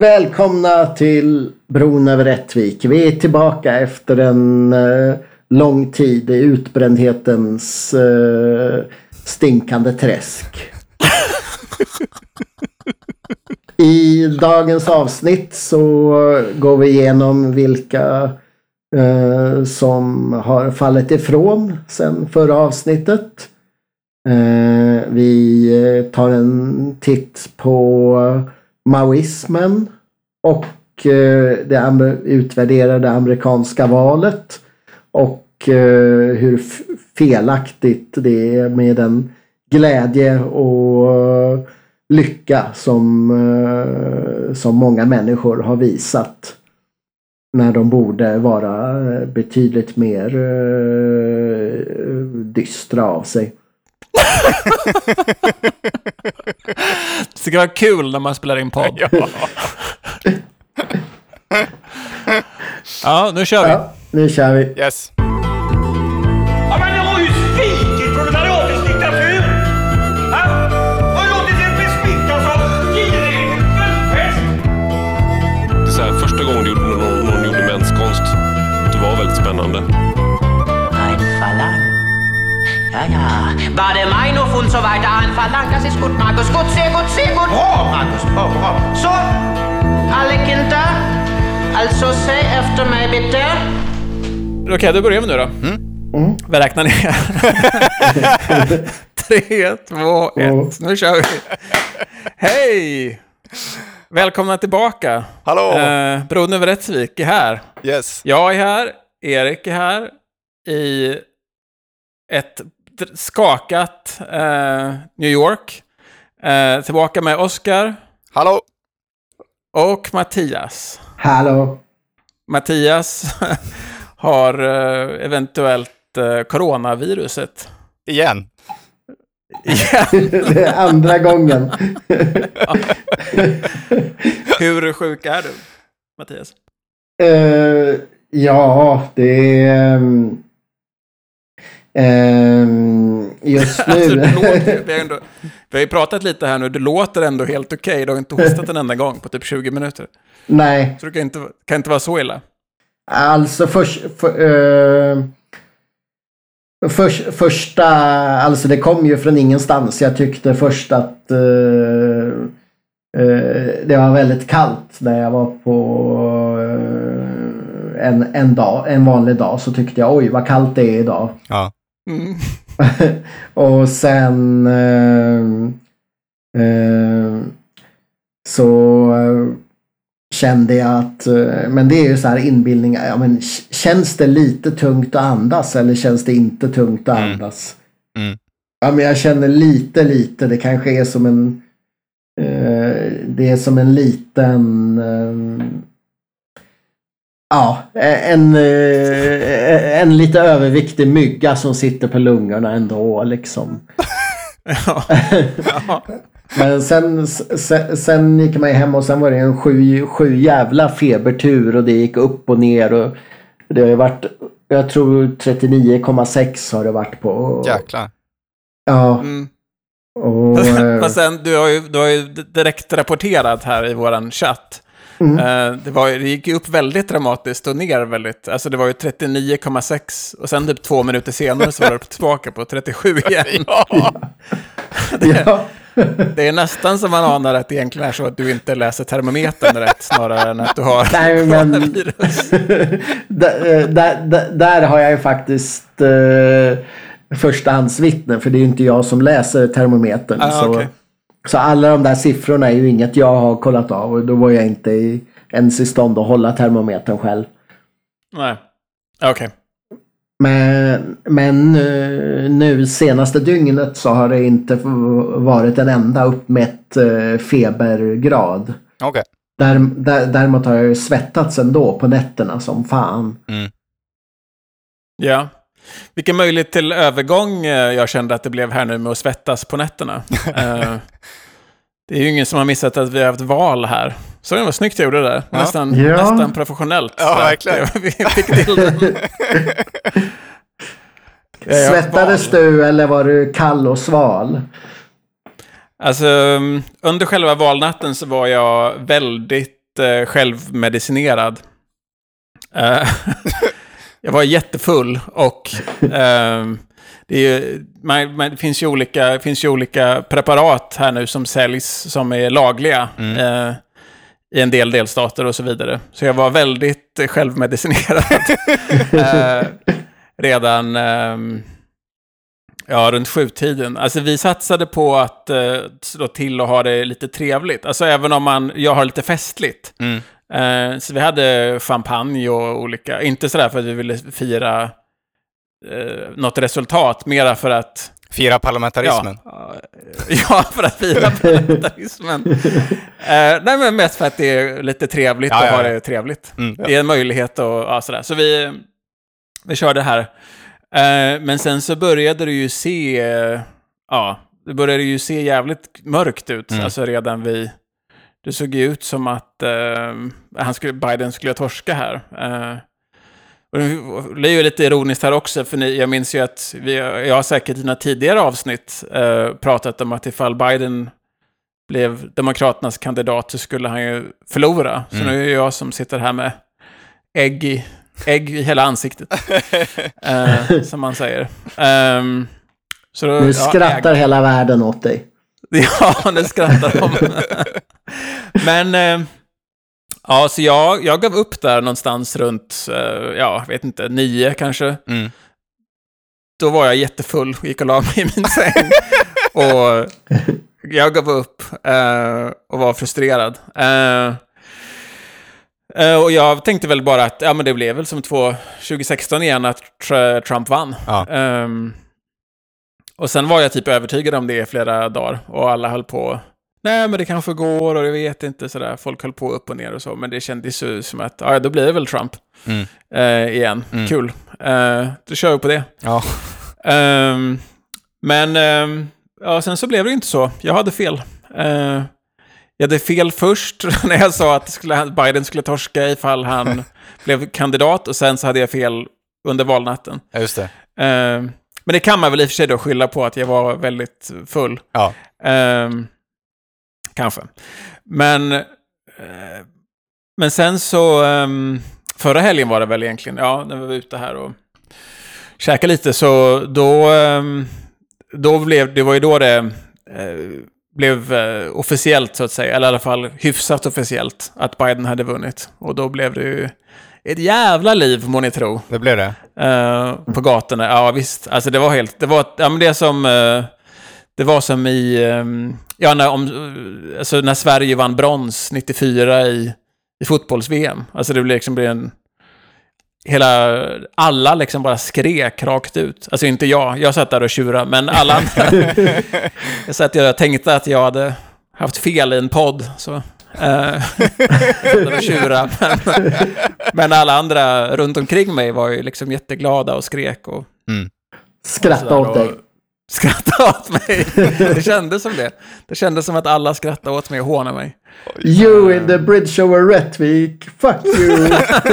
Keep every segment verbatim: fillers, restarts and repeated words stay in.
Välkomna till Bron över Rättvik. Vi är tillbaka efter en eh, lång tid i utbrändhetens eh, stinkande träsk. I dagens avsnitt så går vi igenom vilka eh, som har fallit ifrån sen förra avsnittet. Eh, vi tar en titt på maoismen och eh, det am- utvärderade amerikanska valet och eh, hur f- felaktigt det är med den glädje och lycka som, eh, som många människor har visat när de borde vara betydligt mer eh, dystra av sig. Det ska vara kul när man spelar in podd. Ja, ja nu kör vi. Ja, nu kör vi. Yes. Ja, men ni har ju svikit proletariatets diktatur! Ja? Och låtit er besmittas av girighetens pest! Det är så här, första gången du gjorde, någon, någon gjorde menskonst, det var väldigt spännande. Ein Verlangen. Ja, ja. Bade Meinhof und so weiter. Ein Verlangen. Das ist gut, Markus. Gut, sehr gut, sehr gut. Bra, Markus. Bra, bra. Så, alle Kinder. Alltså, säg efter mig, bitte. Okej, okay, då börjar vi nu då. Mm. Mm. Vi räknar ner. Tre, två, ett. Nu kör vi. Hej! Välkomna tillbaka. Hallå! Eh, Bron över Rättvik är här. Yes. Jag är här. Erik är här. I ett skakat eh, New York. Eh, tillbaka med Oskar. Hallå! Och Mattias. Hallå. Mattias har eh, eventuellt eh, coronaviruset. Igen. Igen. Det är andra gången. Ja. Hur sjuk är du, Mattias? Uh, ja, det är... Um... Um, just nu alltså, låter, vi, har ändå, vi har ju pratat lite här nu. Det låter ändå helt okej okay. Du har inte hostat en enda gång på typ tjugo minuter. Nej. Så det kan inte, kan inte vara så illa. Alltså först, för, uh, för, första alltså det kom ju från ingenstans. Jag tyckte först att uh, uh, det var väldigt kallt när jag var på uh, en, en dag, en vanlig dag, så tyckte jag oj vad kallt det är idag. Ja. Mm. Och sen eh, eh, så eh, kände jag att eh, men det är ju så här inbildningar, ja, men känns det lite tungt att andas eller känns det inte tungt att andas? Mm. Mm. Ja, men jag känner lite lite, det kanske är som en eh, det är som en liten eh, ja, en, en lite överviktig mygga som sitter på lungorna ändå liksom. Ja. Ja. Men sen, sen, sen gick man hem och sen var det en sju, sju jävla febertur och det gick upp och ner och det har ju varit, jag tror trettionio komma sex har det varit på. Jäklar. Ja. Mm. Och, men sen, du har, ju, du har ju direkt rapporterat här i våran chatt. Mm. Uh, det, var, det gick ju upp väldigt dramatiskt och ner väldigt. Alltså det var ju trettionio komma sex och sen typ två minuter senare så var det tillbaka på trettiosju igen. Ja. det, ja. det är nästan som man anar att det egentligen är så att du inte läser termometern rätt snarare än att du har Nej, men där, där, där har jag ju faktiskt uh, förstahandsvittne, för det är ju inte jag som läser termometern. Ah, så. Okay. Så alla de där siffrorna är ju inget jag har kollat av och då var jag inte i, ens i stånd att hålla termometern själv. Nej, okej. Okay. Men, men nu, nu senaste dygnet så har det inte varit en enda uppmätt uh, febergrad. Okej. Okay. Där, där, däremot har jag ju svettats ändå på nätterna som fan. Mm. Ja. Vilken möjlighet till övergång jag kände att det blev här nu med att svettas på nätterna. uh, det är ju ingen som har missat att vi har haft val här. Så det var snyggt jag gjorde det där. Ja. Nästan, Ja. nästan professionellt. Ja, verkligen. Vi fick till den. Svettades du eller var du kall och sval? Alltså, under själva valnatten så var jag väldigt väldigt eh, självmedicinerad. Uh, jag var jättefull och uh, det, är ju, man, man, det finns ju olika, finns ju olika preparat här nu som säljs som är lagliga mm. uh, i en del delstater och så vidare. Så jag var väldigt självmedicinerad uh, redan um, ja, runt sjutiden. Alltså vi satsade på att uh, slå till och ha det lite trevligt. Alltså även om man, jag har lite festligt. Mm. Uh, så vi hade champagne och olika, inte sådär för att vi ville fira uh, något resultat, mera för att fira parlamentarismen. Ja, uh, ja för att fira parlamentarismen. uh, nej men mest för att det är lite trevligt ja, att ja, ha det trevligt. Mm, ja. Det är en möjlighet och ja, sådär. Så vi, vi körde här. Uh, men sen så började det ju se uh, ja, det började ju se jävligt mörkt ut. Mm. Alltså redan vi det såg ju ut som att uh, han skulle, Biden skulle torska här. Uh, och det är ju lite ironiskt här också, för ni, jag minns ju att vi, jag har säkert i dina tidigare avsnitt uh, pratat om att ifall Biden blev demokraternas kandidat så skulle han ju förlora. Så mm. nu är det jag som sitter här med ägg i, ägg i hela ansiktet. uh, som man säger. Um, så då, nu skrattar ja, ägg. Hela världen åt dig. Ja, det skrattar de. Men eh, ja, så jag, jag gav upp där någonstans runt, eh, ja, vet inte, nio kanske. Mm. Då var jag jättefull och gick och la mig i min säng. Och jag gav upp eh, och var frustrerad. Eh, eh, och jag tänkte väl bara att ja, men det blev väl som två, tjugo sexton igen att tr- Trump vann. Ja. Eh, Och sen var jag typ övertygad om det i flera dagar. Och alla höll på, nej men det kanske går och jag vet inte sådär. Folk höll på upp och ner och så. Men det kändes ju som att, ja då blir det väl Trump mm. eh, igen. Mm. Kul. Eh, då kör vi på det. Ja. Um, men um, ja, sen så blev det inte så. Jag hade fel. Uh, jag hade fel först när jag sa att skulle, Biden skulle torska ifall han blev kandidat. Och sen så hade jag fel under valnatten. Ja, just det. Uh, Men det kan man väl i och för sig då skylla på att jag var väldigt full. Ja. Um, kanske. Men, uh, men sen så, um, förra helgen var det väl egentligen, ja, när vi var ute här och käkade lite, så då, um, då blev, det var ju då det uh, blev uh, officiellt så att säga, eller i alla fall hyfsat officiellt att Biden hade vunnit. Och då blev det ju ett jävla liv, må ni tro. Det blev det. Uh, på gatorna. Ja, visst. Alltså det var helt, det var, ja men det som, uh, det var som i, um, ja när, om, uh, alltså när Sverige vann brons nittiofyra i, i fotbolls-V M. Alltså det blev liksom en, hela, alla liksom bara skrek rakt ut. Alltså inte jag, jag satt där och tjura, men alla andra. Jag satt och tänkte att jag hade haft fel i en podd, så tjura, men, men alla andra runt omkring mig var ju liksom jätteglada och skrek och mm. skratta åt dig. Skratta åt mig. Det kändes som det. Det kändes som att alla skrattade åt mig och hånade mig. You in the bridge over Rättvik. Fuck you.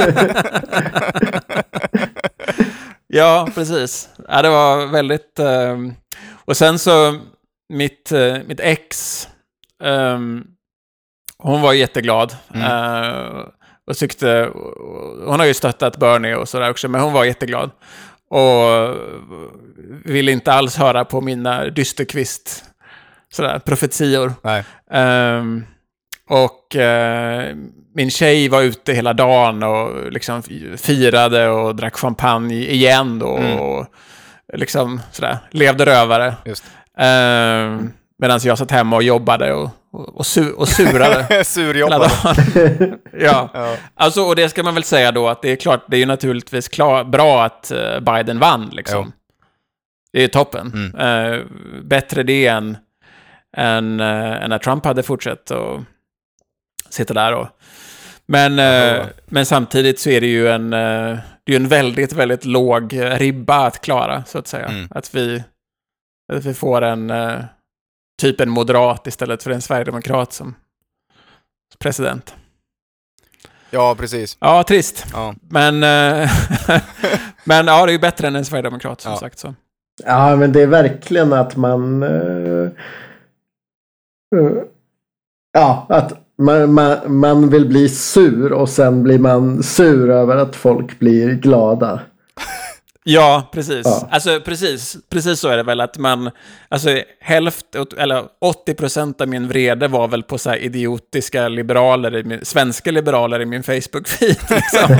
Ja, precis. Ja, det var väldigt um, och sen så mitt, uh, mitt ex um, hon var jätteglad mm. uh, och tyckte, hon har ju stöttat Bernie och sådär också, men hon var jätteglad och ville inte alls höra på mina dysterkvist sådär profetior. Nej. Um, och uh, min tjej var ute hela dagen och liksom firade och drack champagne igen då, mm. och liksom sådär levde rövare. Just. Um, medan jag satt hemma och jobbade och Och, och, su- och surade. Surjobbade. Ja. Ja. Alltså, och det ska man väl säga då att det är klart, det är ju naturligtvis klar, bra att uh, Biden vann liksom. Ja. Det är toppen. Mm. Uh, bättre det än, än, uh, än när Trump hade fortsatt och sitta där och men, uh, men samtidigt så är det ju en uh, det är en väldigt, väldigt låg ribba att klara, så att säga. Mm. Att vi att vi får en uh, typ en moderat istället för en sverigedemokrat som president. Ja, precis. Ja, trist. Ja. Men, men ja, det är ju bättre än en sverigedemokrat, som ja. sagt. Så. Ja, men det är verkligen att man... Uh, uh, ja, att man, man, man vill bli sur och sen blir man sur över att folk blir glada. Ja, precis. Ja. Alltså precis, precis så är det väl att man, alltså hälften, eller åttio procent av min vrede var väl på så här idiotiska liberaler, i min, svenska liberaler i min Facebook-feed liksom.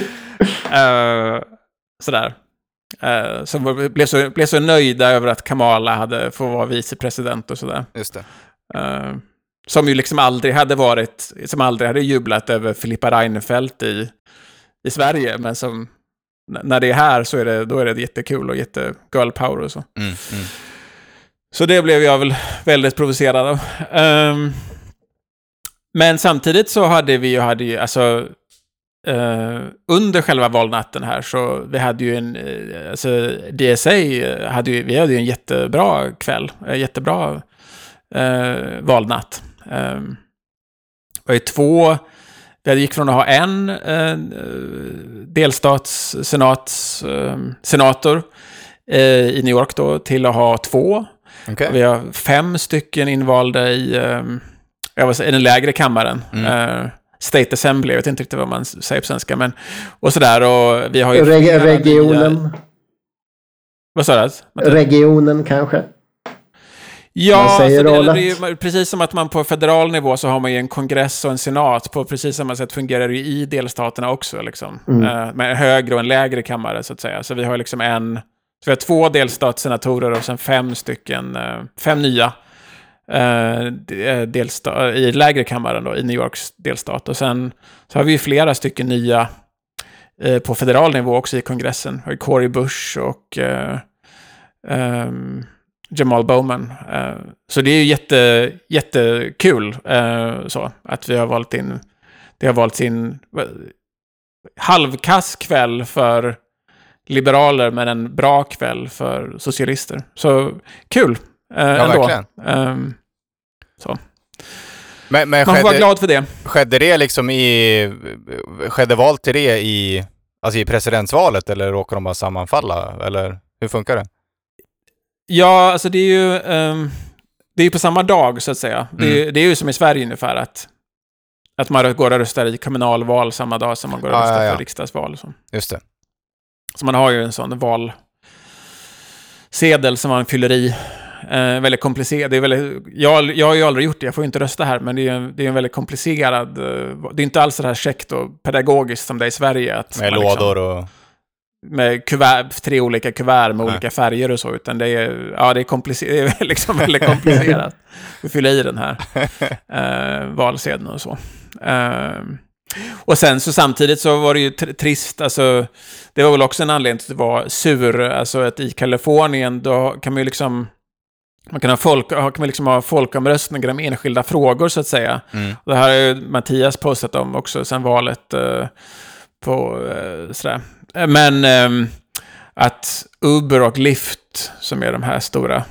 uh, sådär. Uh, som blev så, blev så nöjda över att Kamala hade fått vara vicepresident och sådär. Just det. Uh, som ju liksom aldrig hade varit, som aldrig hade jublat över Filippa Reinfeldt i, i Sverige, men som när det är här så är det, då är det jättekul och jätte girl power och så. Mm, mm. Så det blev jag väl väldigt provocerad av. Um, men samtidigt så hade vi ju, hade ju alltså uh, under själva valnatten här så vi hade ju en, uh, alltså D S A hade ju, vi hade ju en jättebra kväll, uh, jättebra uh, valnatt. Um, det var ju två, vi gick från att ha en eh, delstats senats, eh, senator eh, i New York då till att ha två. Okay. Vi har fem stycken invalda i, eh, jag vill säga, i den lägre kammaren. Mm. Eh, State Assembly, jag vet inte riktigt vad man säger på svenska, men och sådär. Och vi har ju Reg- regionen. Nya, vad sa du? Regionen kanske. Ja, alltså det, det är ju, precis som att man på federal nivå så har man ju en kongress och en senat. På precis samma sätt fungerar det i delstaterna också. Liksom. Mm. Uh, med en högre och en lägre kammare så att säga. Så vi har liksom en, så vi har två delstatssenatorer och sen fem stycken, uh, fem nya uh, delsta- i lägre kammaren då, i New Yorks delstat. Och sen så har vi ju flera stycken nya uh, på federal nivå också i kongressen. Vi har Cory Bush och uh, um, Jamal Bowman. Uh, så det är ju jätte, jättekul uh, så, att vi har valt in, det har valts in uh, halvkass kväll för liberaler men en bra kväll för socialister. Så kul uh, ja, ändå. Verkligen. Um, så. Men, men Man får skedde, vara glad för det. Skedde det liksom i, skedde val till det i, alltså i presidentsvalet eller råkar de bara sammanfalla? Eller hur funkar det? Ja, alltså det är ju um, det är ju på samma dag så att säga. Mm. Det, är, det är ju som i Sverige ungefär att, att man går och röstar i kommunalval samma dag som man går och ah, röstar ja, ja. för riksdagsval. Så. Just det. Så man har ju en sån valsedel som man fyller i. Eh, väldigt komplicerad. Det är väldigt, jag, jag har ju aldrig gjort det, jag får ju inte rösta här, men det är en, det är en väldigt komplicerad, uh, det är inte alls så här käckt och pedagogiskt som det är i Sverige. Att med man lådor liksom, och... med kuvert, tre olika kuvert med Nej. olika färger och så, utan det är, ja, det är, komplicer- det är liksom väldigt komplicerat att fylla i den här uh, valsedeln och så. Uh, och sen så samtidigt så var det ju tr- trist, alltså det var väl också en anledning till att det var sur, alltså att i Kalifornien då kan man ju liksom man kan ha, folk, kan man liksom ha folkomröstningar om enskilda frågor så att säga. Mm. Och det här har ju Mattias postat om också sen valet uh, på uh, sådär. Men um, att Uber och Lyft som är de här stora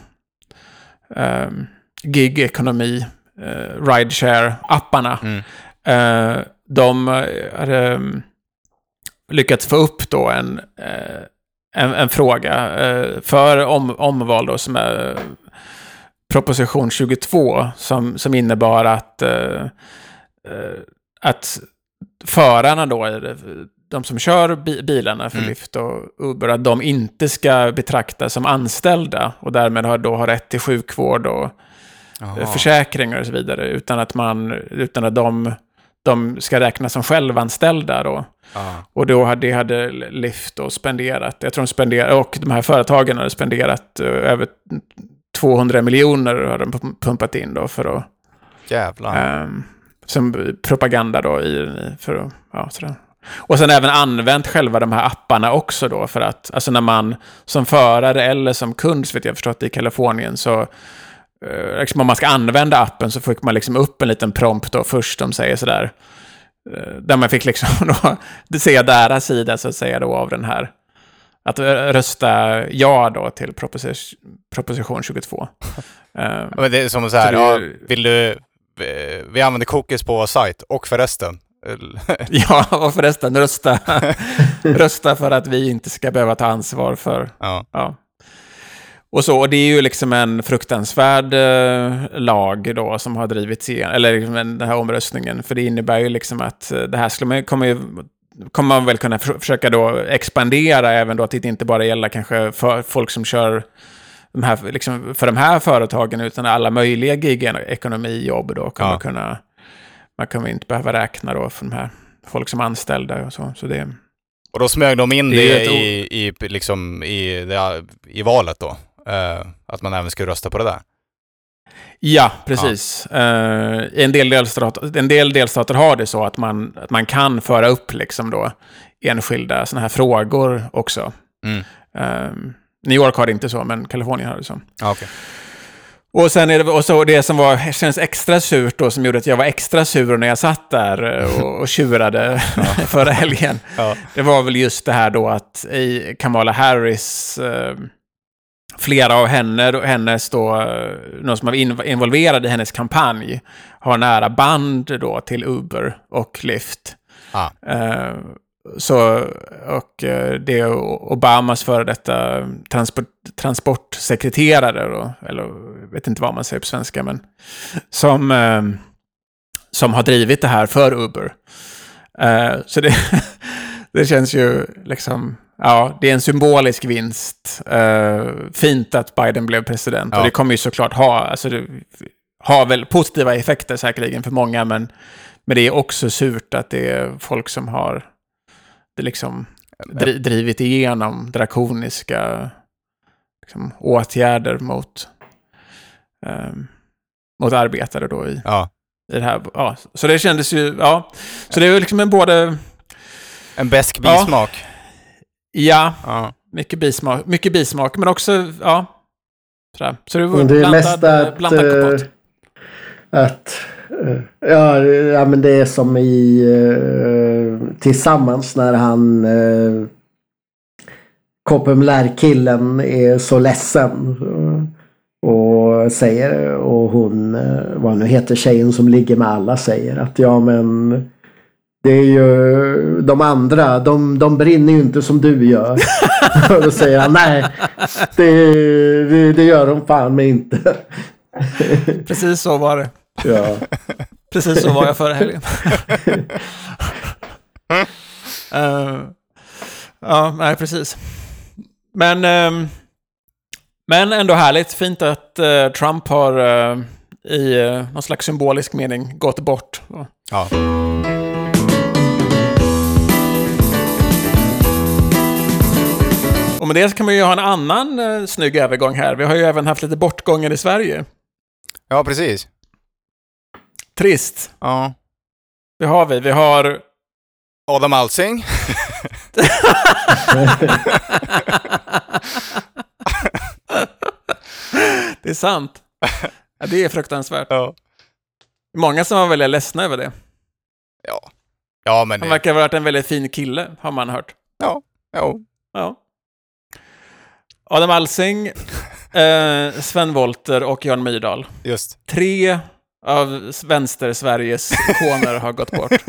um, gig-ekonomi uh, rideshare-apparna mm. uh, de har um, lyckats få upp då en, uh, en, en fråga uh, för om, omval då som är proposition tjugotvå som, som innebar att uh, uh, att förarna då de som kör bilarna för mm. Lyft och Uber, att de inte ska betraktas som anställda och därmed har, då har rätt till sjukvård och Aha. försäkringar och så vidare, utan att man utan att de, de ska räknas som självanställda då. Aha. Och då hade, det hade Lyft och spenderat, jag tror de spenderat, och de här företagen hade spenderat uh, över tvåhundra miljoner har de pumpat in då för att jävlar. Um, som propaganda då i, för att, ja, sådär. Och sen även använt själva de här apparna också då för att, alltså när man som förare eller som kund, så vet jag förstått i Kalifornien, så eh, liksom om man ska använda appen så fick man liksom upp en liten prompt då först, de säger sådär, eh, där man fick liksom då, det ser jag deras sida så att säga då av den här, att rösta ja då till proposi- proposition tjugotvå. eh, Men det är som så här, så det, ja, vill du, vi, vi använder cookies på sajt och förresten. Ja, och förresten rösta, rösta för att vi inte ska behöva ta ansvar för. Ja. Ja. Och så, och det är ju liksom en fruktansvärd eh, lag då som har drivits igen, eller liksom den här omröstningen, för det innebär ju liksom att det här skulle man, kommer, ju, kommer man väl kunna för, försöka då expandera även då, att det inte bara gäller kanske för folk som kör de här, liksom, för de här företagen, utan alla möjliga gig-ekonomijobb då kommer ja. kunna, man kommer inte behöva räkna då för de här folk som är anställda och så, så det. Och då smög de in det, det i, i, liksom, i, det, i valet då? Uh, att man även skulle rösta på det där? Ja, precis. Ja. Uh, en, del delstater, en del delstater har det så att man, att man kan föra upp liksom då enskilda såna här frågor också. Mm. Uh, New York har det inte så, men Kalifornien har det så. Ah, okay. Och sen är det och så det som var, känns extra surt då, som gjorde att jag var extra sur när jag satt där och, och tjurade ja. förra helgen. Ja. Det var väl just det här då att i Kamala Harris, eh, flera av henne, hennes då, någon som var involverad i hennes kampanj, har nära band då till Uber och Lyft. Ah. Eh, Så, och det är Obamas före detta transport, transportsekreterare då, eller jag vet inte vad man säger på svenska, men som, eh, som har drivit det här för Uber. Eh, så det, det känns ju liksom, ja, det är en symbolisk vinst. Eh, fint att Biden blev president. Ja. Och det kommer ju såklart ha, alltså det har väl positiva effekter säkerligen för många, men, men det är också surt att det är folk som har liksom dri- drivit igenom drakoniska liksom, åtgärder mot um, mot arbetare då i, ja. i det här. Ja, så det kändes ju, ja. Så det är ju liksom en både... En besk bismak. Ja, ja. Mycket bismak, mycket bismak, men också, ja. Sådär. Så det var det är blandad, mest att, blandad kompott. Att Ja, ja, men det är som i uh, Tillsammans när han uh, Kopemlär-killen är så ledsen uh, och säger, och hon, uh, vad nu heter tjejen som ligger med alla, säger att ja, men det är ju de andra, de, de brinner ju inte som du gör. Och då säger han, nej, det, det, det gör de fan med inte. Precis så var det. Ja. Precis så var jag förra helgen. uh, ja, nej, precis. Men, uh, men ändå härligt. Fint att uh, Trump har uh, i uh, någon slags symbolisk mening gått bort. Ja. Och med det så kan man ju ha en annan uh, snygg övergång här. Vi har ju även haft lite bortgångar i Sverige. Ja, precis. Trist. Ja. Det har vi. Vi har... Adam Alsing. Det är sant. Ja, det är fruktansvärt. Ja. Många som var väldigt ledsna över det. Ja. Ja, men... Han verkar ha varit en väldigt fin kille, har man hört. Ja. Jo. Ja. Adam Alsing, eh, Sven Wollter och Jan Myrdal. Just. Tre av vänster Sveriges ikoner har gått bort.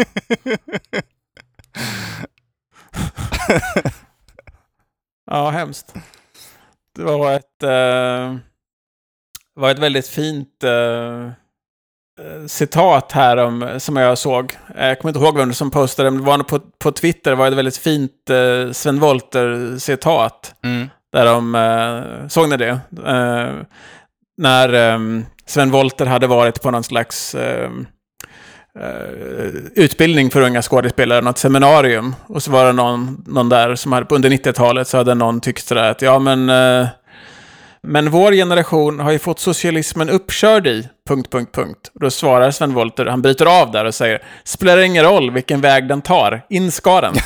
Ja, hemskt. Det var ett eh, var ett väldigt fint eh, citat här om, som jag såg. Jag kommer inte ihåg vem som postade, men det var på, på Twitter. Det var ett väldigt fint eh, Sven Wollter citat. Mm. Där de, eh, såg ni det? Eh, när eh, Sven Wollter hade varit på någon slags eh, eh, utbildning för unga skådespelare, något seminarium. Och så var det någon, någon där som hade, under nittiotalet så hade någon tyckt sådär att ja men eh, men vår generation har ju fått socialismen uppkörd i punkt, punkt, punkt. Och då svarar Sven Wollter, han bryter av där och säger, spelar ingen roll vilken väg den tar, in ska den.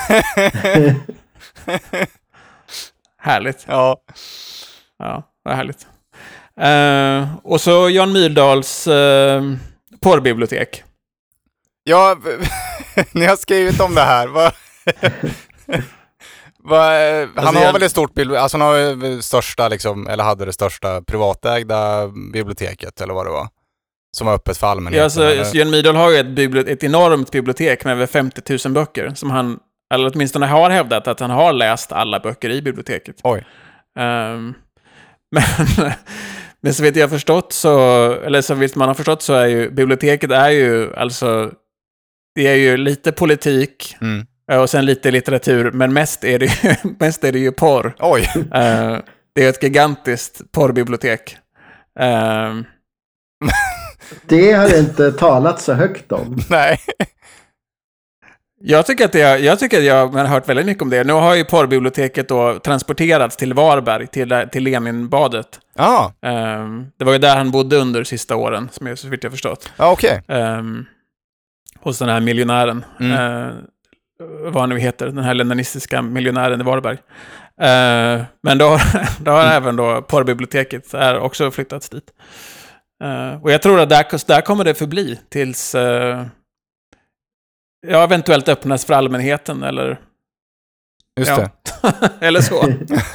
Härligt. Ja. Ja, vad härligt. Uh, och så Jan Myrdals uh, porrbibliotek. Ja, ni har skrivit om det här. Va? Va, han alltså, har jag... väl ett stort bibliotek, alltså han har det största liksom, eller hade det största privatägda biblioteket eller vad det var, som var öppet för allmänheten. Ja, alltså, eller... Jan Myrdal har ju ett, bibliotek, ett enormt bibliotek med över femtio tusen böcker som han, eller åtminstone har hävdat att han har läst alla böcker i biblioteket. Oj. Um, Men, men så vet jag förstått så, eller så visst man har förstått så är ju, biblioteket är ju, alltså, det är ju lite politik Mm. och sen lite litteratur, men mest är det ju, mest är det ju porr. Oj. Uh, det är ett gigantiskt porrbibliotek. Uh, Det har jag inte talat så högt om. Nej. Jag tycker att jag, jag tycker att jag har hört väldigt mycket om det. Nu har ju porrbiblioteket då transporterats till Varberg, till, till Leninbadet. Ja, Um, det var ju där han bodde under sista åren, som jag så vitt jag förstått. ja okej. Um, hos den här miljonären. Mm. Uh, vad han nu heter, den här leninistiska miljonären i Varberg. Uh, men då, då har mm. även då porrbiblioteket är också flyttats dit. Uh, och jag tror att där, där kommer det förbli tills... Uh, Ja, eventuellt öppnas för allmänheten eller... Just ja. det. Eller så.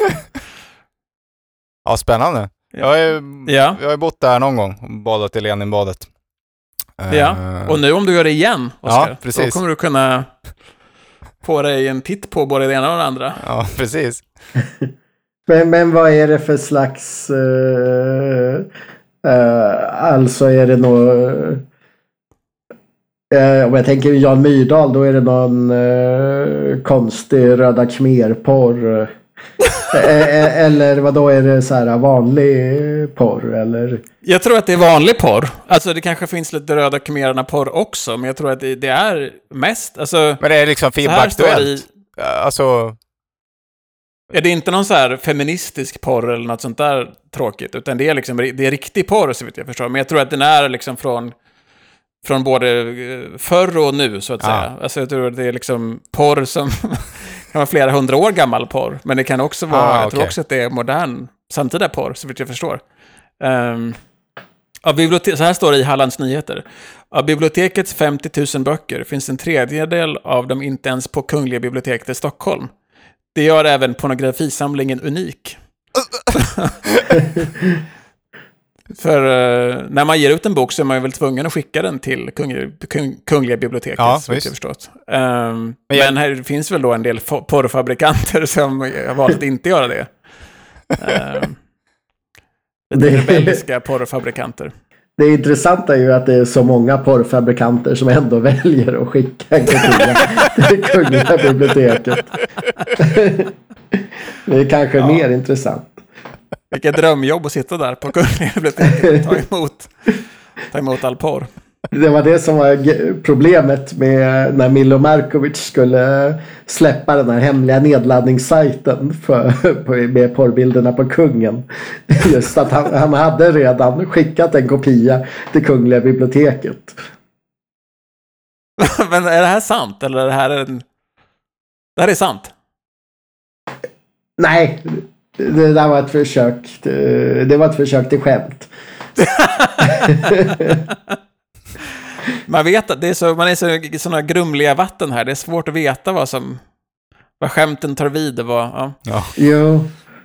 Ja, spännande. Ja. Jag har ju Ja. jag har bott där någon gång. Badat i Leninbadet. Ja, Eh, och nu om du gör det igen, Oskar, Ja, precis. då kommer du kunna få dig en titt på både det ena och det andra. Ja, precis. Men, men vad är det för slags... Uh, uh, alltså är det något... Uh, om jag tänker Jan Myrdal, då är det någon uh, konstig röda khmer-porr. uh, eller vad då är det så här vanlig porr? Eller? Jag tror att det är vanlig porr. Alltså det kanske finns lite röda khmererna porr också, men jag tror att det, det är mest... Alltså, Men det är liksom så här står det i- FIB-aktuellt. Alltså, Är det inte någon så här feministisk porr eller något sånt där tråkigt, utan det är liksom det är riktig porr så vitt jag förstår. Men jag tror att den är liksom från från både eh, förr och nu så att Ja. säga. Alltså jag tror att det är liksom porr som kan vara flera hundra år gammal porr, men det kan också vara Ah, jag tror okej. också att det är modern samtida porr så vitt jag förstår. Um, av bibliotek- så här står det i Hallands Nyheter. Av bibliotekets femtio tusen böcker finns en tredjedel av dem inte ens på Kungliga biblioteket i Stockholm. Det gör även pornografisamlingen unik. För uh, när man ger ut en bok så är man ju väl tvungen att skicka den till Kungliga, kung, Kungliga biblioteket, Ja, så vitt visst. jag förstått. Um, men jag- här finns väl då en del fo- porrfabrikanter som har valt att inte göra det. Um, Det- rebelliska porrfabrikanter. Det intressanta är ju att det är så många porrfabrikanter som ändå väljer att skicka en kopia till Kungliga biblioteket. Det är kanske Ja. mer intressant. Vilket drömjobb att sitta där på Kungliga biblioteket och ta emot, ta emot all porr. Det var det som var g- problemet med när Milo Markovic skulle släppa den här hemliga nedladdningssajten för, på, med porrbilderna på kungen. Just att han, han hade redan skickat en kopia till Kungliga biblioteket. Men är det här sant? Eller är det här en... Det här är sant. Nej, det där var ett försök. Det, det var ett försök till skämt. Man vet att det är så, man är så i sådana grumliga vatten här. Det är svårt att veta vad som... Vad skämten tar vid och vad... Ja. ja. Jo.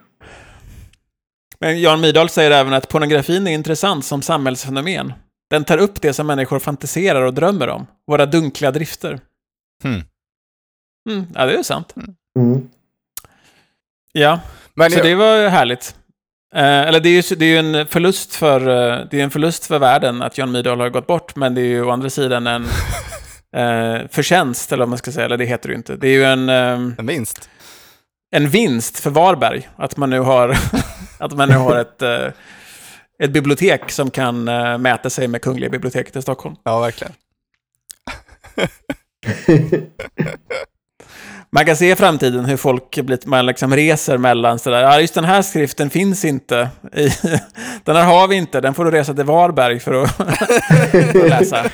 Men Jan Myrdal säger även att pornografin är intressant som samhällsfenomen. Den tar upp det som människor fantiserar och drömmer om. Våra dunkla drifter. Hmm. Mm, ja, det är sant. Mm. Ja, Men så jag, det var härligt. Eh, eller det är ju det är ju en förlust för eh, det är en förlust för världen att Jan Myrdal har gått bort, men det är ju å andra sidan en eh, förtjänst, eller vad man ska säga, eller det heter det ju inte. Det är ju en eh, en vinst. en vinst för Varberg att man nu har att man nu har ett eh, ett bibliotek som kan eh, mäta sig med Kungliga biblioteket i Stockholm. Ja, verkligen. Man kan se i framtiden hur folk blir, man liksom reser mellan sådär, ja just den här skriften finns inte i, den här har vi inte, den får du resa till Varberg för att, för att läsa.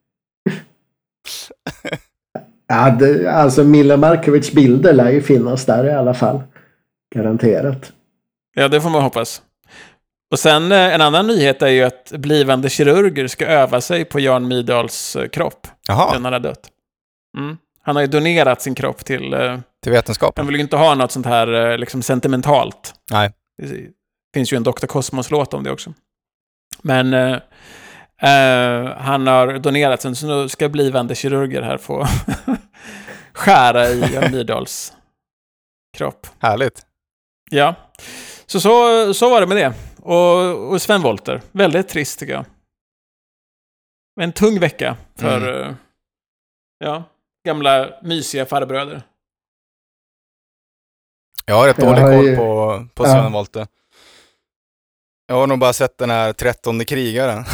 Ja, det, alltså Milo Markovic bilder lär ju finnas där i alla fall. Garanterat. Ja, det får man hoppas. Och sen eh, en annan nyhet är ju att blivande kirurger ska öva sig på Jan Myrdals eh, kropp. Jaha, Den han har dött. Mm. Han har ju donerat sin kropp till... Eh, till vetenskapen. han vill ju inte ha något sånt här eh, liksom sentimentalt. Nej. Det finns ju en doktor Cosmos-låt om det också. Men eh, eh, han har donerat sen, så nu ska blivande kirurger här få skära i Jan Myrdals kropp. Härligt. Ja. Så, så så var det med det. Och, och Sven Wollter. Väldigt trist tycker jag. En tung vecka för mm. ja, gamla mysiga farbröder. Jag har rätt Jag dålig har koll ju- på, på Ja. Sven Wollter. Jag har nog bara sett den här trettonde krigaren.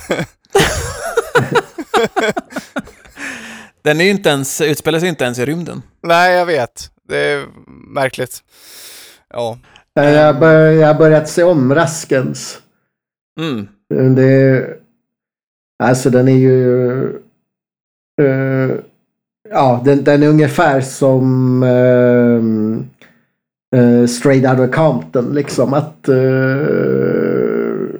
Den är ju inte ens, utspelar sig inte ens i rymden. Nej, jag vet. Det är märkligt. Ja. Jag, bör, jag har börjat se om Raskens. Mm. Det, alltså den är ju... Uh, ja, den, den är ungefär som uh, uh, Straight Outta Compton. Liksom att... Uh,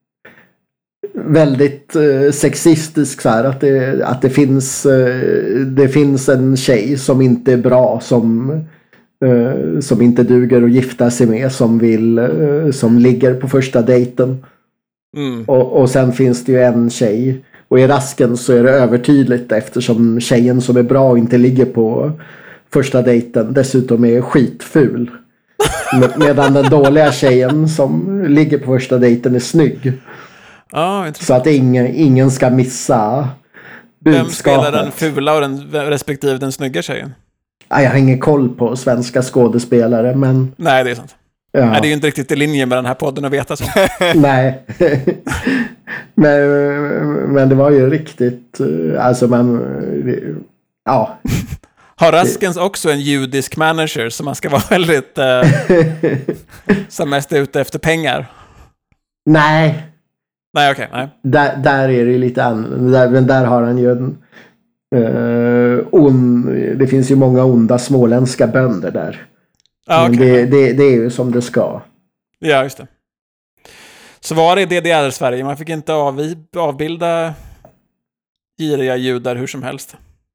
väldigt uh, sexistisk så här, att det, att det finns uh, det finns en tjej som inte är bra, som uh, som inte duger att gifta sig med, som vill uh, som ligger på första dejten. Mm. Och, och sen finns det ju en tjej, och i Rasken så är det övertydligt, eftersom tjejen som är bra och inte ligger på första dejten dessutom är skitful. Med, medan den dåliga tjejen som ligger på första dejten är snygg. Ja, intressant. Så att ingen, ingen ska missa Vem spelar budskapet. den fula och den respektive den snygga tjejen? Ja, jag har ingen koll på svenska skådespelare, men... Nej, det är sant. Ja, Nej, det är ju inte riktigt i linje med den här podden att veta så. nej. men, men det var ju riktigt... Alltså man... Ja. Har Raskens också en judisk manager som man ska vara väldigt... Eh, som mest är ute efter pengar? Nej. Nej, okej. Okay, nej. Där, där är det lite annorlunda. Men där har han ju en... Uh, on, det finns ju många onda småländska bönder där. Ja, Men okay. det, det, det är ju som det ska. Ja, just det. Så var det D D R-Sverige? Man fick inte av, avbilda giriga judar hur som helst.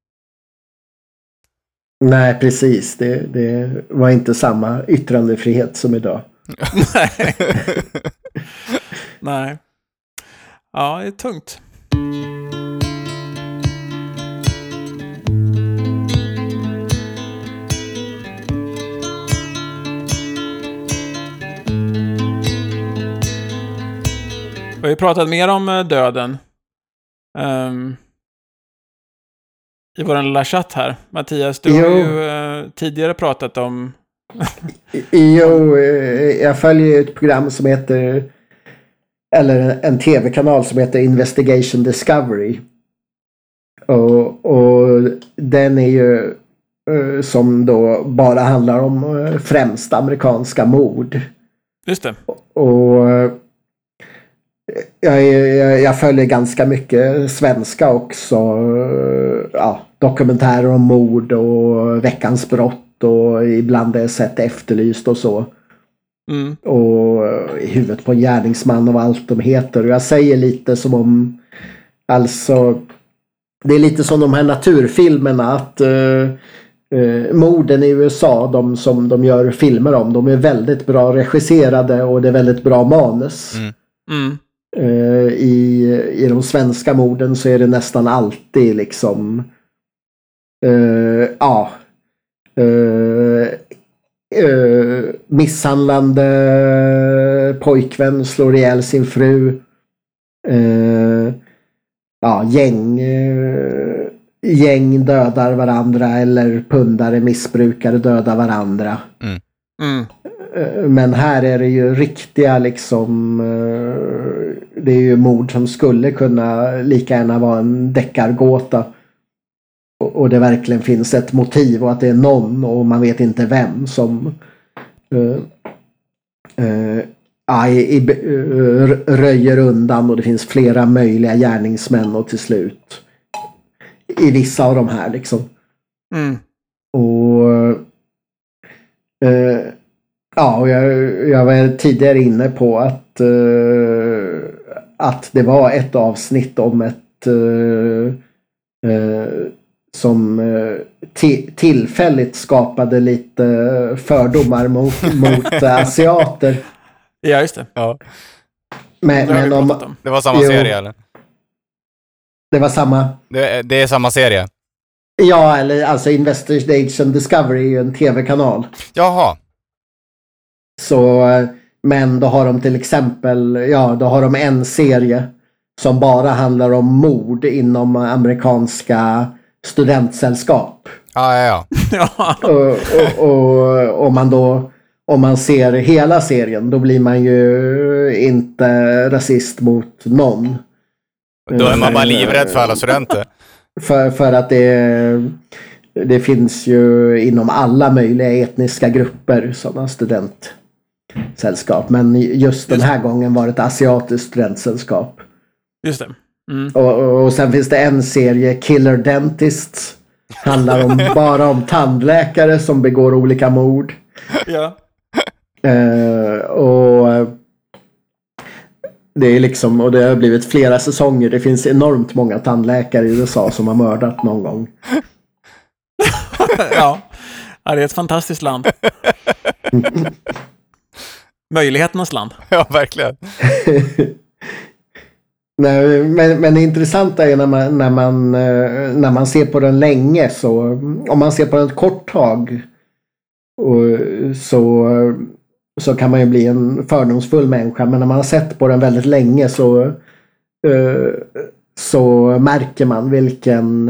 Nej, precis. Det, det var inte samma yttrandefrihet som idag. Nej. Nej. Ja, det är tungt. Vi har ju pratat mer om eh, döden. Um, I vår lilla chatt här. Mattias, du Jo. har ju eh, tidigare pratat om... Jo, eh, jag följer ett program som heter, eller en tv-kanal som heter Investigation Discovery. Och, och den är ju eh, som då bara handlar om eh, främst amerikanska mord. Just det. Och eh, jag, jag, jag följer ganska mycket svenska också. eh, Ja, dokumentärer om mord och veckans brott. Och ibland är jag sett Efterlyst och så. Mm. Och i huvudet på en gärningsman och vad allt de heter. Och jag säger lite som om... Alltså... Det är lite som de här naturfilmerna. Att uh, uh, morden i U S A, de som de gör filmer om, de är väldigt bra regisserade och det är väldigt bra manus. Mm. Mm. Uh, i, I de svenska morden så är det nästan alltid liksom... Uh, ja... Uh, uh, misshandlande pojkvän slår ihjäl sin fru. Uh, ja, gäng uh, gäng dödar varandra, eller pundare, missbrukare dödar varandra. Mm. Mm. Uh, men här är det ju riktiga liksom uh, det är ju mord som skulle kunna lika gärna vara en deckargåta. Och det verkligen finns ett motiv och att det är någon och man vet inte vem som uh, uh, I, i, uh, röjer undan, och det finns flera möjliga gärningsmän och till slut i vissa av de här liksom. Mm. Och uh, ja, och jag, jag var tidigare inne på att uh, att det var ett avsnitt om ett uh, uh, som t- tillfälligt skapade lite fördomar mot, mot asiater. Ja, just det. Ja. Men, Det har vi men om, pratat om. Det var samma Jo. serie, eller? det var samma. Det, det är samma serie. Ja, eller alltså Investigation Discovery är ju en tv-kanal. Jaha. Så, Men då har de till exempel, ja, då har de en serie som bara handlar om mord inom amerikanska studentsällskap. Ja, ja, Ja. Och, och, och om man då om man ser hela serien, då blir man ju inte rasist mot någon. Då är man bara livrädd för alla studenter. För, för att det, det finns ju inom alla möjliga etniska grupper sådana studentsällskap. Men just den här gången var det ett asiatiskt studentsällskap. Just det. Mm. Och, och, och sen finns det en serie, Killer Dentists. Handlar om, bara om tandläkare som begår olika mord. Ja. Uh, och det är liksom, och det har blivit flera säsonger. Det finns enormt många tandläkare i U S A som har mördat någon gång. Ja. Ja, det är ett fantastiskt land. Möjligheternas land. Ja, verkligen. Nej, men, men det intressanta är när man, när, man, när man ser på den länge, så om man ser på den ett kort tag och, så, så kan man ju bli en fördomsfull människa. Men när man har sett på den väldigt länge så, så märker man vilken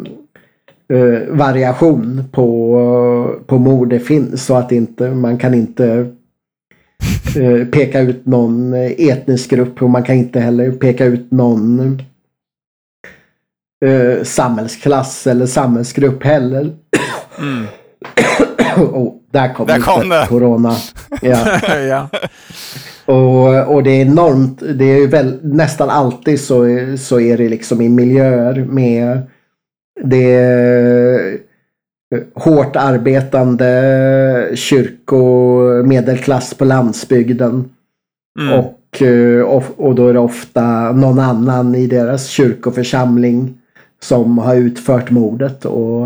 variation på, på mord det finns, så att inte, man kan inte peka ut någon etnisk grupp, och man kan inte heller peka ut någon uh, samhällsklass eller samhällsgrupp heller. Mm. Oh, där kom, där kom det. Corona. Ja. Ja. Och, och det är enormt, det är väl nästan alltid så, så är det liksom i miljöer med det hårt arbetande kyrko- medelklass på landsbygden. Mm. Och, och, och då är det ofta någon annan i deras kyrkoförsamling som har utfört mordet. Och,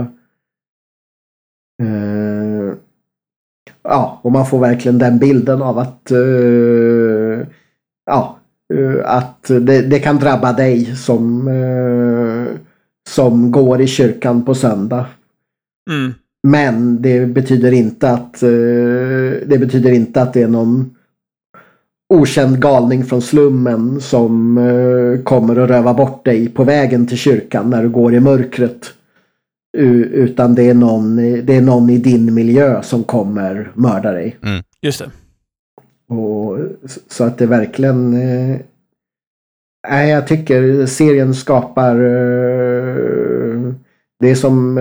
eh, ja, och man får verkligen den bilden av att, eh, ja, att det, det kan drabba dig som, eh, som går i kyrkan på söndag. Mm. Men det betyder inte att det betyder inte att det är någon okänd galning från slummen som kommer att röva bort dig på vägen till kyrkan när du går i mörkret. Utan det är någon, det är någon i din miljö som kommer mörda dig. Mm. Just det. Och, så att det verkligen... Nej, jag tycker serien skapar... Det är som...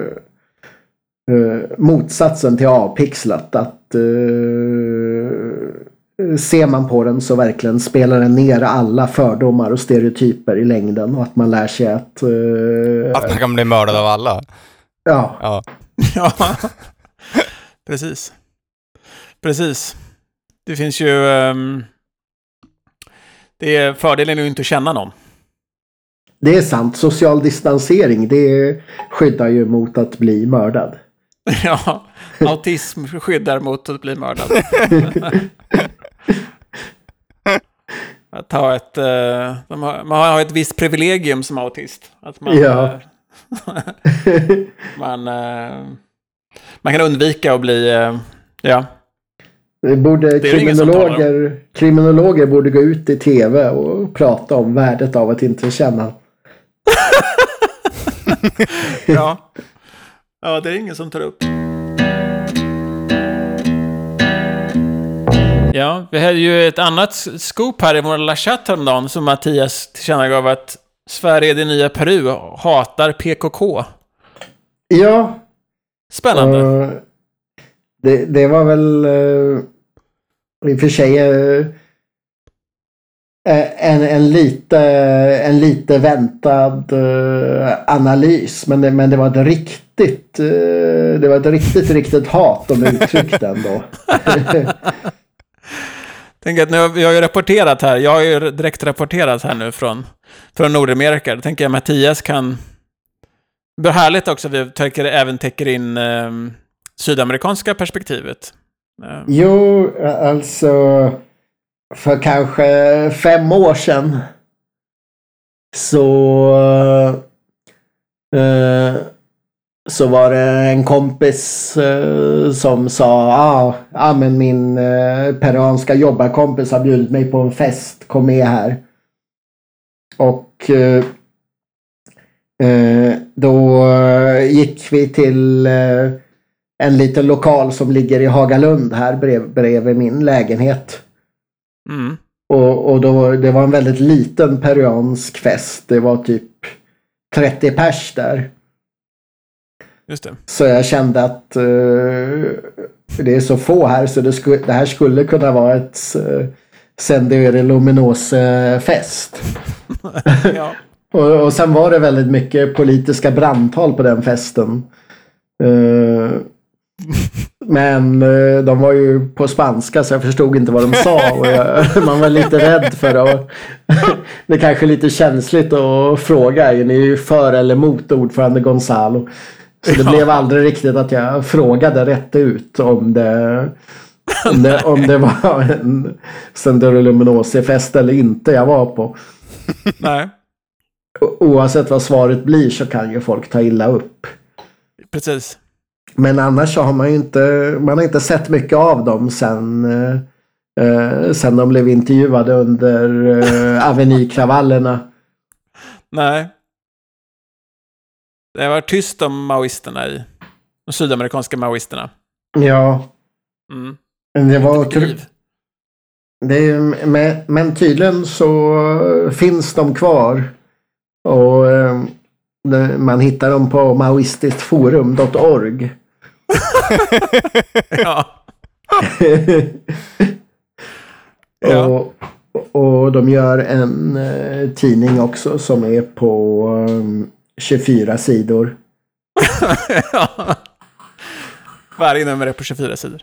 Uh, motsatsen till avpixlat, att uh, ser man på den så verkligen spelar den ner alla fördomar och stereotyper i längden, och att man lär sig att uh, att man kan bli mördad av alla. Ja. Ja. Ja. Precis. Precis. Det finns ju um, det är fördelen är ju inte att känna någon. Det är sant. Social distansering, det skyddar ju mot att bli mördad. Ja, autism skyddar mot att bli mördad. Att ha ett, uh, man har ett visst privilegium som autist. Att man, ja. uh, man, uh, man kan undvika att bli, uh, ja. Det borde det kriminologer, kriminologer borde gå ut i tv och prata om värdet av att inte känna. Ja. Ja, det är ingen som tar upp. Ja, vi hade ju ett annat scoop här i vår lilla chatt häromdagen som Mattias tillkännagav, att Sverige är det nya Peru, hatar P K K. Ja. Spännande. Uh, det, det var väl uh, i och för sig uh, en, en, lite, en lite väntad uh, analys, men det, men det var ett riktigt uh, det var ett riktigt, riktigt hat de uttryckte ändå. Tänk att nu har vi har ju rapporterat här. Jag har ju direkt rapporterat här nu från, från Nordamerika. Då tänker jag Mattias kan... Det blir härligt också att vi täcker, även täcker in eh, sydamerikanska perspektivet. Eh. Jo, alltså för kanske fem år sedan så... Eh, så var det en kompis eh, som sa ah, ah, men min eh, peruanska jobbarkompis har bjudit mig på en fest, kom med här. Och eh, eh, då gick vi till eh, en liten lokal som ligger i Hagalund här brev, bredvid min lägenhet. Mm. Och, och då, det var en väldigt liten peruansk fest. Det var typ trettio pers där. Just det. Så jag kände att uh, det är så få här så det, sku, det här skulle kunna vara ett uh, Sendero Luminoso fest. Ja. och, och sen var det väldigt mycket politiska brandtal på den festen. Uh, men uh, de var ju på spanska så jag förstod inte vad de sa och jag, man var lite rädd för att det är kanske lite känsligt att fråga, är ni för eller mot ordförande Gonzalo? Så det blev aldrig riktigt att jag frågade rätt ut om det om det, om det var en Sendero Luminoso-fest eller inte jag var på. Nej. O- oavsett vad svaret blir så kan ju folk ta illa upp. Precis. Men annars så har man ju inte man har inte sett mycket av dem sen eh, sen de blev intervjuade under eh, Avenue-kravallerna. Nej. Det var tyst om maoisterna i de sydamerikanska maoisterna. Ja. Mm. Men det var Ett liv. det är, men, men tydligen så finns de kvar. Och eh, det, man hittar dem på maoististforum punkt org. Ja. Ja. och, och de gör en eh, tidning också som är på eh, tjugofyra sidor. Ja. Varje nummer är på tjugofyra sidor.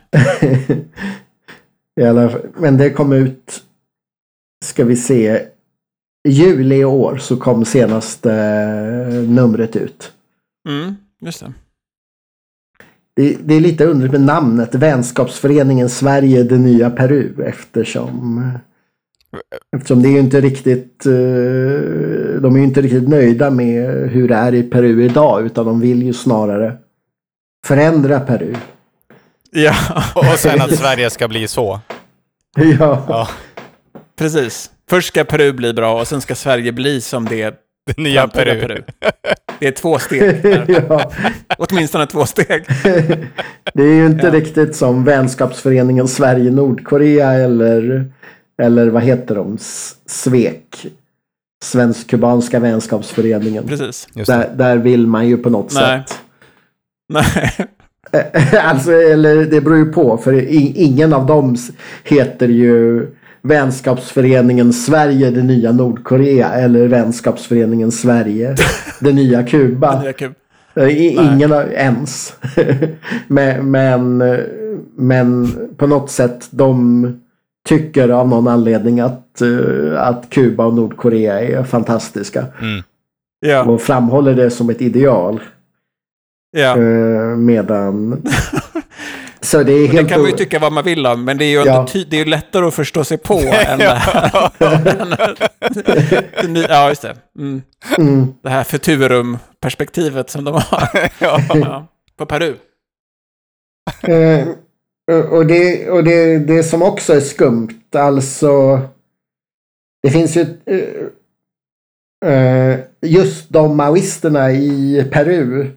I alla fall. Men det kom ut, ska vi se, i juli i år så kom senaste eh, numret ut. Mm, just det. Det, det är lite underligt med namnet Vänskapsföreningen Sverige det nya Peru eftersom eftersom det är ju inte riktigt uh, de är ju inte riktigt nöjda med hur det är i Peru idag utan de vill ju snarare förändra Peru. Ja, Och sen att Sverige ska bli så. Ja, Ja. precis. Först ska Peru bli bra och sen ska Sverige bli som det Det nya framtida Peru. Det är två steg. Där. ja. Åtminstone två steg. Det är ju inte Ja. riktigt som Vänskapsföreningen Sverige-Nordkorea eller eller vad heter de? S- Svek. Svensk-kubanska vänskapsföreningen. Precis. Just det. Där, där vill man ju på något Nej. sätt. Nej. Alltså, eller det beror ju på. För i, ingen av dem s- heter ju Vänskapsföreningen Sverige det nya Nordkorea eller Vänskapsföreningen Sverige det nya Kuba. Det är kul. I, ingen har, ens. men, men, men på något sätt de tycker av någon anledning att, uh, att Kuba och Nordkorea är fantastiska. Mm. Ja. Och framhåller det som ett ideal. Ja. Uh, medan... Så det är Och helt... det kan man ju tycka vad man vill om, men det är ju, Ja. ändå ty- det är ju lättare att förstå sig på än det här. Det ny- ja, just det. Mm. Mm. Det här futurum-perspektivet som de har. Ja. Ja. På Peru. Eh, och det, och det, det som också är skumt, alltså det finns ju eh, eh, just de maoisterna i Peru,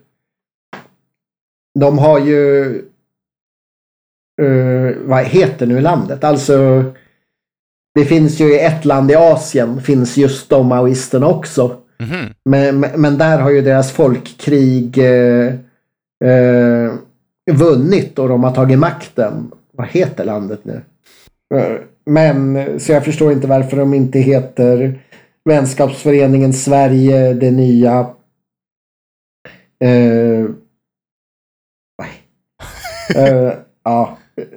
de har ju eh, vad heter nu landet? Alltså det finns ju i ett land i Asien finns just de maoisterna också. Mhm. Men, men, men där har ju deras folkkrig eh, eh, vunnit och de har tagit makten. Vad heter landet nu? Eh, Men så jag förstår inte varför de inte heter Vänskapsföreningen Sverige det nya eh, eh, ja.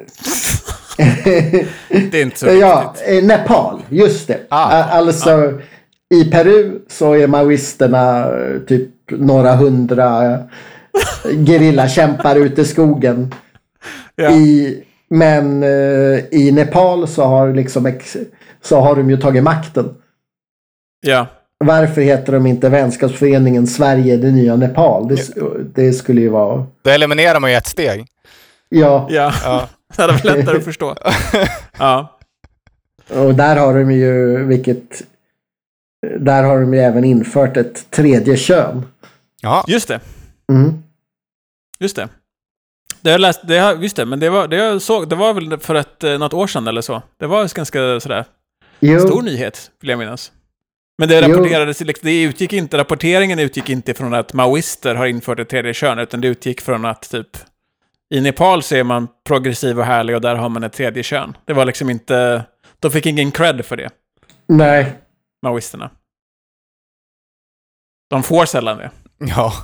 Det är inte så Ja, viktigt. eh, Nepal, just det. Ah, A- alltså i Peru så är maoisterna eh, typ några hundra gerillakämpar ute i skogen. Ja. I, men eh, i Nepal så har liksom ex, så har de ju tagit makten. Ja. varför heter de inte Vänskapsföreningen Sverige det nya Nepal? Det, det skulle ju vara... Då eliminerar man ju ett steg. Ja. Ja, ja. Det är lättare att förstå. Ja. Och där har de ju, vilket... Där har de ju även infört ett tredje kön. Ja. Just det. Mm. Just det. Det jag läst, det jag, visst det, men det var det jag såg, det var väl för ett något år sedan eller så. Det var ganska sådär Jo. stor nyhet, vill jag minnas. Men det rapporterades, det utgick inte, rapporteringen utgick inte från att maoister har infört ett tredje kön, utan det utgick från att typ i Nepal så är man progressiv och härlig och där har man ett tredje kön. Det var liksom inte, de fick ingen cred för det. Nej. Maoisterna. De får sällan det. Ja.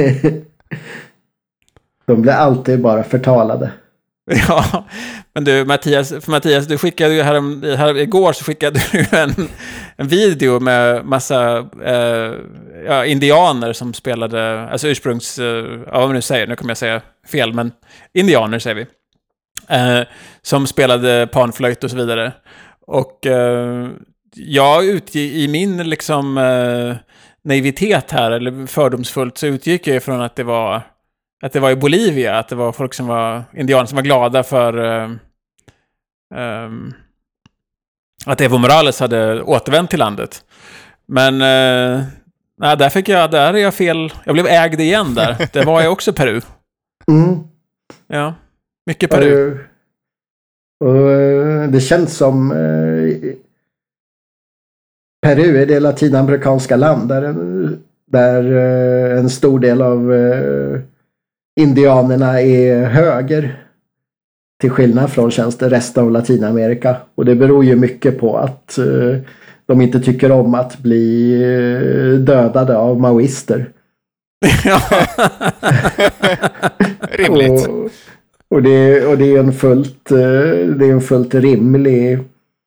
De blir alltid bara förtalade. Ja, men du Mattias, för Mattias, du skickade ju här, här igår så skickade du en, en video med massa eh, ja, indianer som spelade, alltså ursprungs, eh, ja vad man nu säger, nu kommer jag säga fel, men indianer säger vi, eh, som spelade panflöjt och så vidare. Och eh, jag utgick i min liksom eh, naivitet här, eller fördomsfullt, så utgick jag ifrån att det var att det var i Bolivia, att det var folk som var indianer som var glada för uh, um, att Evo Morales hade återvänt till landet. Men uh, nej, där fick jag, där är jag fel. Jag blev ägd igen där. Det var jag också Peru. Mm. Ja, mycket Peru. Och, och det känns som eh, Peru är det latinamerikanska land där, där eh, en stor del av eh, indianerna är höger, till skillnad från känns det resten av Latinamerika. Och det beror ju mycket på att uh, de inte tycker om att bli uh, dödade av maoister. Ja. Rimligt. Och, och, det, och det är en fullt uh, det är en fullt rimlig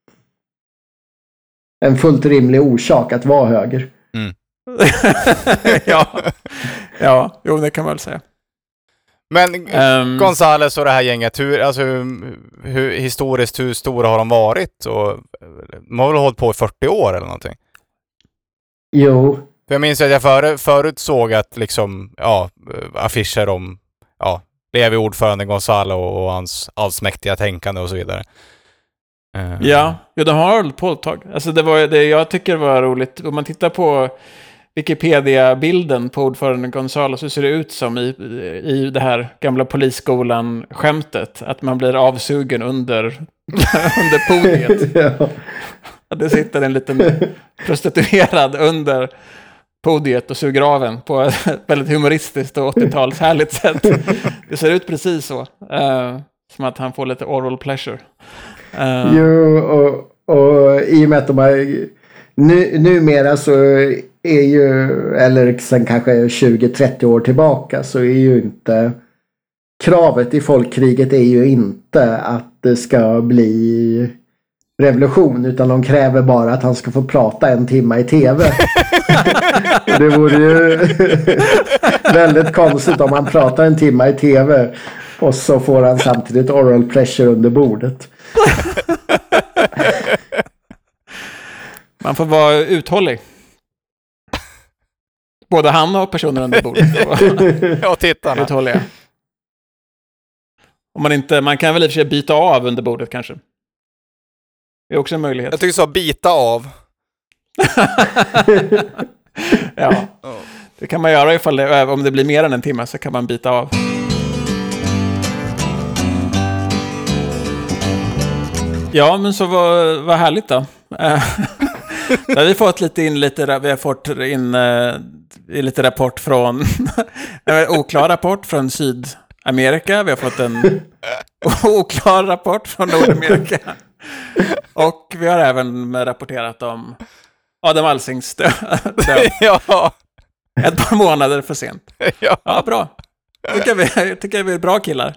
en fullt rimlig orsak att vara höger. Mm. Ja. Ja, jo det kan man väl säga. Men um, Gonzales och det här gänget, hur, alltså, hur, historiskt, hur stora har de varit? Och, de har väl hållit på i fyrtio år eller någonting? Jo. För jag minns att jag för, förut såg att liksom, ja, affischer om ja, lever ordförande Gonzalo och, och hans allsmäktiga tänkande och så vidare. Uh, ja, ja, de har hållit på ett tag. Alltså det var det jag tycker var roligt. Om man tittar på Wikipedia-bilden på ordförande Gonzalo så ser det ut som i, i det här gamla polisskolan-skämtet. Att man blir avsugen under, under podiet. Ja. Det sitter en liten prostituerad under podiet och suger av en på ett väldigt humoristiskt och åttio-tals härligt sätt. Det ser ut precis så. Uh, som att han får lite oral pleasure. Uh, jo, och, och i och med att de har nu, numera så är ju, eller sen kanske tjugo trettio år tillbaka, så är ju inte kravet i folkkriget är ju inte att det ska bli revolution, utan de kräver bara att han ska få prata en timme i tv. Det vore ju väldigt konstigt om han pratar en timme i tv och så får han samtidigt oral pleasure under bordet. Man får vara uthållig. Både han och personer under bordet. Ja, tittarna. Uthålliga. Om man inte, man kan väl i och för sig byta av under bordet kanske. Det är också en möjlighet. Jag tycker så, bita av. Ja, det kan man göra ifall det, om det blir mer än en timme så kan man byta av. Ja, men så vad, vad härligt då. Då har vi fått lite in lite, vi har fått in uh, lite rapport från en oklar rapport från Sydamerika. Vi har fått en oklar rapport från Nordamerika. Och vi har även rapporterat om Adam Alsings död. Ja. Ett par månader för sent. Ja, ja bra. Tycker vi, tycker vi är bra killar.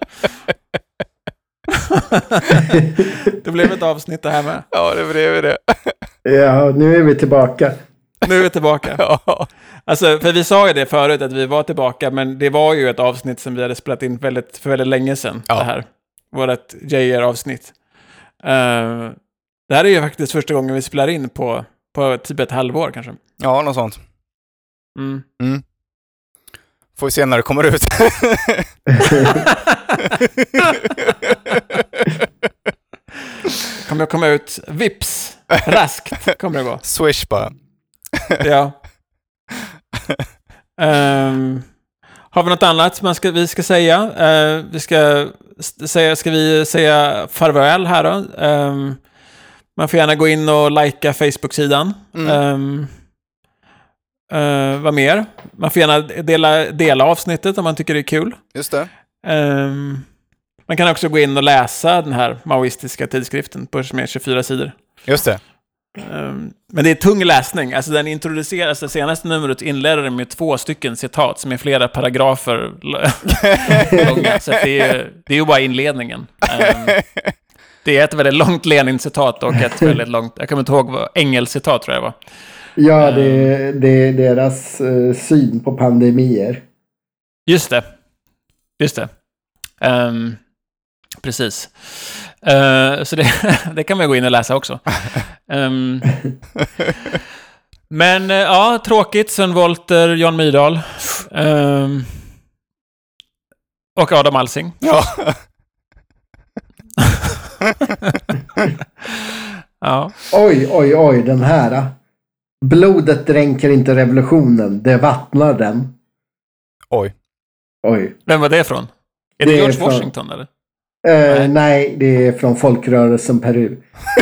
Det blev ett avsnitt det här med. Ja, det blev det. Ja, nu är vi tillbaka. Nu är vi tillbaka. Ja. Alltså, för vi sa ju det förut att vi var tillbaka, men det var ju ett avsnitt som vi hade spelat in väldigt, för väldigt länge sedan. Ja. Det här. Vårt J R-avsnitt. Uh, det här är ju faktiskt första gången vi spelar in på på typ ett halvår kanske. Ja, något sånt. Mm. Mm. Får vi se när det kommer ut. Kommer att komma ut vips. Raskt kommer det gå. Swish bara. Ja. Um, har vi något annat man ska, vi ska säga? Uh, vi ska, säga? Ska vi säga farväl här då? Um, man får gärna gå in och likea Facebook-sidan. Mm. Um, uh, vad mer? Man får gärna dela, dela avsnittet om man tycker det är kul. Just det. Um, man kan också gå in och läsa den här maoistiska tidskriften på som är tjugofyra sidor. Just det. Um, men det är tung läsning. Alltså den introduceras, det senaste numret inleder med två stycken citat som är flera paragrafer långa. Så det är, det är ju bara inledningen. Um, det är ett väldigt långt Lenin-citat och ett väldigt långt, jag kommer inte ihåg vad, Engels-citat tror jag var. Ja, det, det är deras uh, syn på pandemier. Just det. Just det. Um, precis. Uh, så det, det kan man gå in och läsa också. Um, men uh, ja, tråkigt. Sven Wollter, Jan Myrdal. Um, och Adam Alsing. Ja. Ja. Oj, oj, oj, den här. Blodet dränker inte revolutionen, det vattnar den. Oj. Oj. Vem var det från? Är det, det George är från... Washington eller? Uh, nej. nej, det är från folkrörelsen Peru.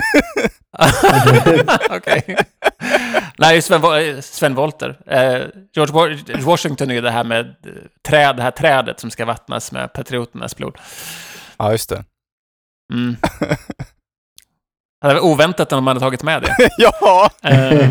Okej. Okay. Nej, Sven, Sven Wollter. Uh, George Washington är ju det här med träd, det här trädet som ska vattnas med patrioternas blod. Ja, just det. Mm. Det var oväntat när man hade tagit med det. Ja! Uh,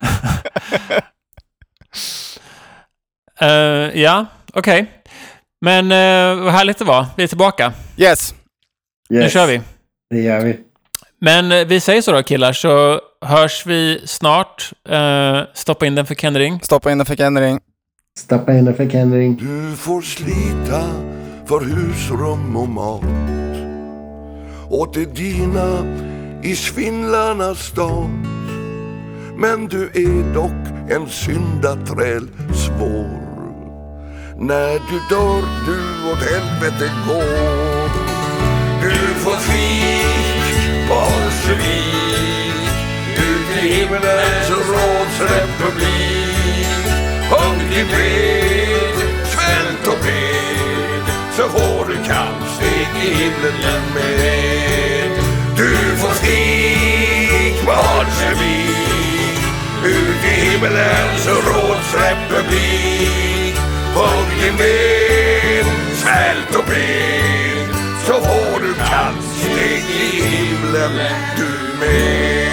uh, ja, okej. Okay. Men uh, vad härligt det var. Vi är tillbaka. Yes. yes. Nu kör vi. Det gör vi. Men uh, vi säger så då killar, så hörs vi snart. Uh, stoppa in den för Kenring. Stoppa in den för Kenring. Stoppa in den för Kenring. Du får slita för husrum och mat. Och till dina i svindlarnas stad. Men du är dock en syndaträl svår. När du dör, du åt helvete går. Du får fik på Holsevik, ut i himmelens rådsrepublik. Hugg din ved, svält och bred, så får du kallsteg i himlen med. Du får fik på Holsevik, ut i himmelens rådsrepublik. Hugg din ved, svält och ben, så får du kallsteg i himlen du med.